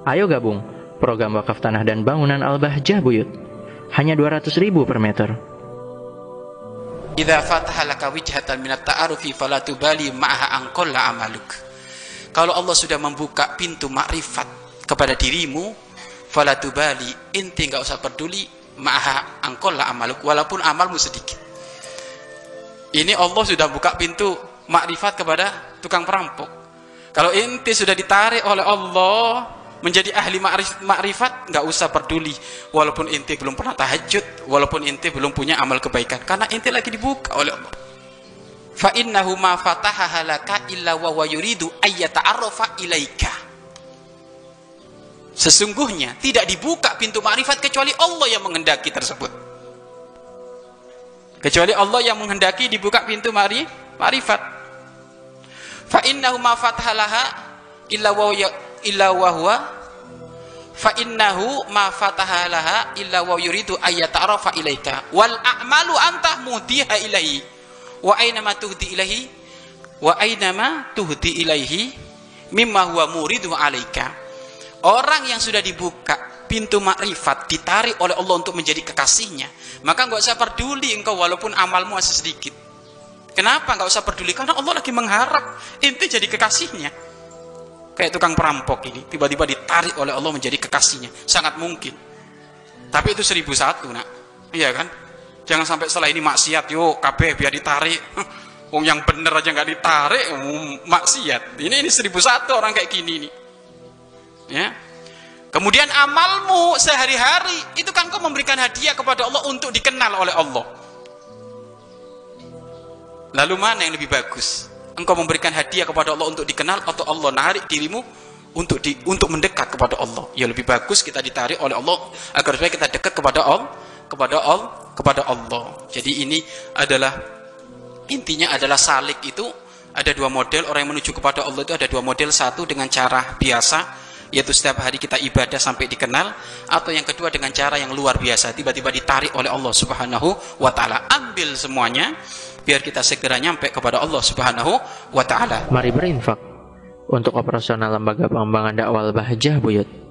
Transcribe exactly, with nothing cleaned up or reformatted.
Ayo gabung program wakaf tanah dan bangunan Al-Bahjah Buyut. Hanya dua ratus ribu per meter. Idza fataha laka wijhatan minat ta'arufi fala tubali ma'aha anqalla amaluk. Kalau Allah sudah membuka pintu makrifat kepada dirimu, fala tubali, inti enggak usah peduli ma'aha anqalla amaluk, walaupun amalmu sedikit. Ini Allah sudah buka pintu makrifat kepada tukang perampok. Kalau inti sudah ditarik oleh Allah menjadi ahli makrifat, nggak usah peduli walaupun inti belum pernah tahajud, walaupun inti belum punya amal kebaikan, karena inti lagi dibuka oleh Allah. Fa innahu ma fataha laka illa wa huwa yuridu ayyata'arrafa ilaika. Sesungguhnya tidak dibuka pintu makrifat kecuali Allah yang menghendaki tersebut. Kecuali Allah yang menghendaki dibuka pintu makrifat. Fa innahu ma fataha laha illa wa illa wa huwa fa innahu ma fataha laha illa wa yuridu ayyata'arafa ilaika wal a'malu anta muhdiha ilaihi wa aina ma tuhdi ilaihi wa aina ma tuhdi ilaihi mimma huwa muridu alaika. Orang yang sudah dibuka pintu makrifat, ditarik oleh Allah untuk menjadi kekasihnya, maka enggak usah peduli engkau walaupun amalmu masih sedikit. Kenapa enggak usah peduli? Karena Allah lagi mengharap inti jadi kekasihnya. Kayak tukang perampok ini, tiba-tiba ditarik oleh Allah menjadi kekasihnya. Sangat mungkin. Tapi itu seribu satu, nak. Iya kan? Jangan sampai setelah ini maksiat, yuk kabeh biar ditarik. Wong yang bener aja nggak ditarik, um, maksiat. Ini ini seribu satu orang kayak gini nih. Ya. Kemudian amalmu sehari-hari, itu kan kau memberikan hadiah kepada Allah untuk dikenal oleh Allah. Lalu mana yang lebih bagus? Engkau memberikan hadiah kepada Allah untuk dikenal, atau Allah narik dirimu untuk di, untuk mendekat kepada Allah? Ya lebih bagus kita ditarik oleh Allah agar supaya kita dekat kepada Allah, kepada Allah, kepada Allah. Jadi ini adalah intinya adalah salik itu ada dua model orang yang menuju kepada Allah itu ada dua model. Satu dengan cara biasa, yaitu setiap hari kita ibadah sampai dikenal, atau yang kedua dengan cara yang luar biasa, tiba-tiba ditarik oleh Allah Subhanahu wa taala. Ambil semuanya biar kita segera nyampe kepada Allah Subhanahu wa taala. Mari berinfak untuk operasional lembaga pengembangan dakwah Al-Bahjah Buyut.